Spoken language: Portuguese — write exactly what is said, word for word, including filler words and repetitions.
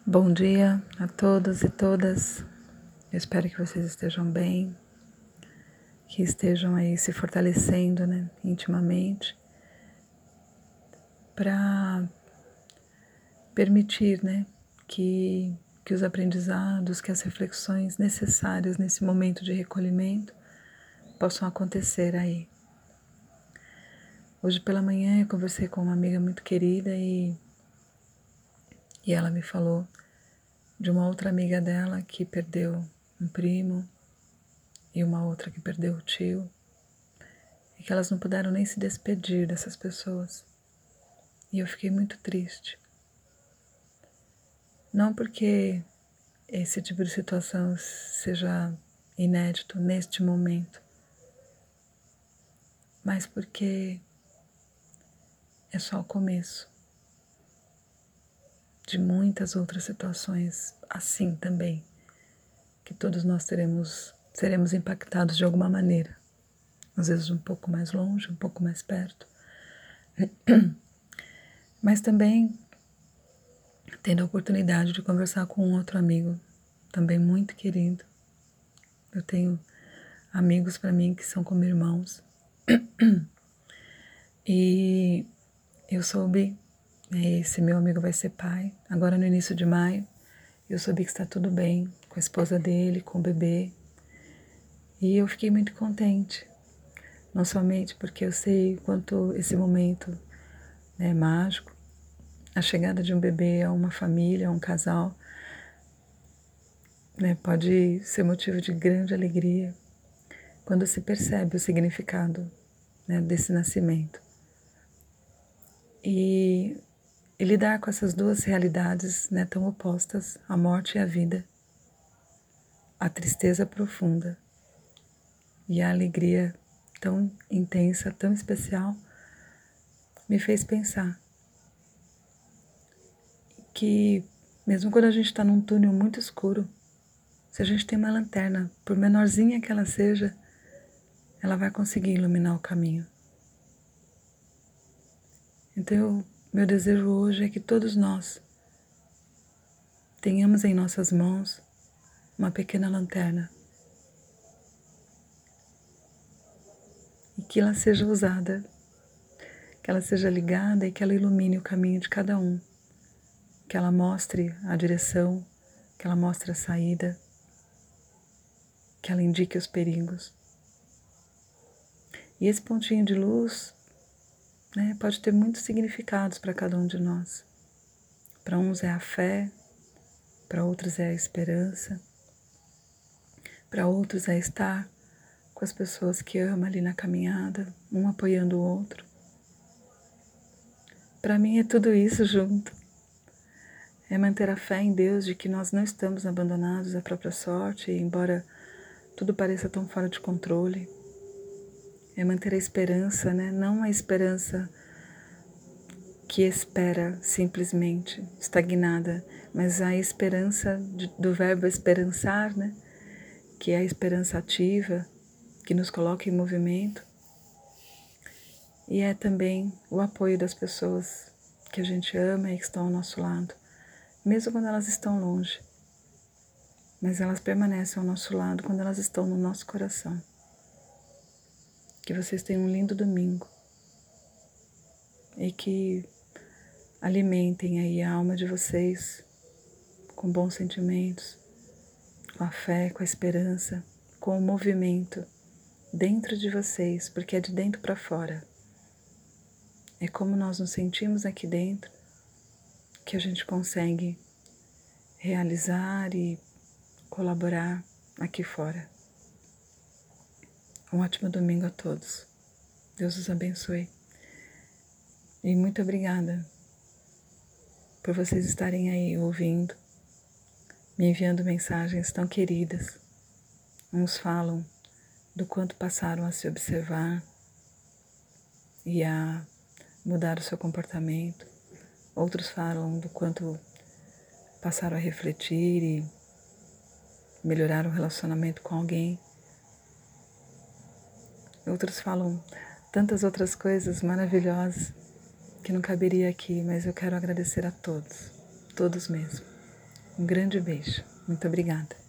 Bom dia a todos e todas. Eu espero que vocês estejam bem, que estejam aí se fortalecendo, né, intimamente, para permitir, né, que, que os aprendizados, que as reflexões necessárias nesse momento de recolhimento possam acontecer aí. Hoje pela manhã eu conversei com uma amiga muito querida e, e ela me falou de uma outra amiga dela que perdeu um primo e uma outra que perdeu o tio, e que elas não puderam nem se despedir dessas pessoas. E eu fiquei muito triste. Não porque esse tipo de situação seja inédito neste momento, mas porque é só o começo de muitas outras situações assim também, que todos nós teremos, seremos impactados de alguma maneira. Às vezes um pouco mais longe, um pouco mais perto. Mas também tendo a oportunidade de conversar com um outro amigo, também muito querido. Eu tenho amigos para mim que são como irmãos. E eu soube, esse meu amigo vai ser pai, agora no início de maio. Eu soube que está tudo bem com a esposa dele, com o bebê. E eu fiquei muito contente. Não somente porque eu sei quanto esse momento é mágico, a chegada de um bebê a uma família, a um casal, né, pode ser motivo de grande alegria quando se percebe o significado, né, desse nascimento. E, e lidar com essas duas realidades, né, tão opostas, a morte e a vida, a tristeza profunda e a alegria tão intensa, tão especial, me fez pensar que mesmo quando a gente está num túnel muito escuro, se a gente tem uma lanterna, por menorzinha que ela seja, ela vai conseguir iluminar o caminho. Então, eu, meu desejo hoje é que todos nós tenhamos em nossas mãos uma pequena lanterna e que ela seja usada, que ela seja ligada e que ela ilumine o caminho de cada um, que ela mostre a direção, que ela mostre a saída, que ela indique os perigos. E esse pontinho de luz, né, pode ter muitos significados para cada um de nós. Para uns é a fé, para outros é a esperança, para outros é estar com as pessoas que ama ali na caminhada, um apoiando o outro. Para mim é tudo isso junto. É manter a fé em Deus de que nós não estamos abandonados à própria sorte, embora tudo pareça tão fora de controle. É manter a esperança, né? Não a esperança que espera simplesmente, estagnada, mas a esperança de, do verbo esperançar, né? Que é a esperança ativa, que nos coloca em movimento. E é também o apoio das pessoas que a gente ama e que estão ao nosso lado, mesmo quando elas estão longe. Mas elas permanecem ao nosso lado quando elas estão no nosso coração. Que vocês tenham um lindo domingo e que alimentem aí a alma de vocês com bons sentimentos, com a fé, com a esperança, com o movimento dentro de vocês, porque é de dentro para fora. É como nós nos sentimos aqui dentro que a gente consegue realizar e colaborar aqui fora. Um ótimo domingo a todos. Deus os abençoe. E muito obrigada por vocês estarem aí ouvindo, me enviando mensagens tão queridas. Uns falam do quanto passaram a se observar e a mudar o seu comportamento. Outros falam do quanto passaram a refletir e melhorar o relacionamento com alguém. Outros falam tantas outras coisas maravilhosas que não caberia aqui, mas eu quero agradecer a todos, todos mesmo. Um grande beijo. Muito obrigada.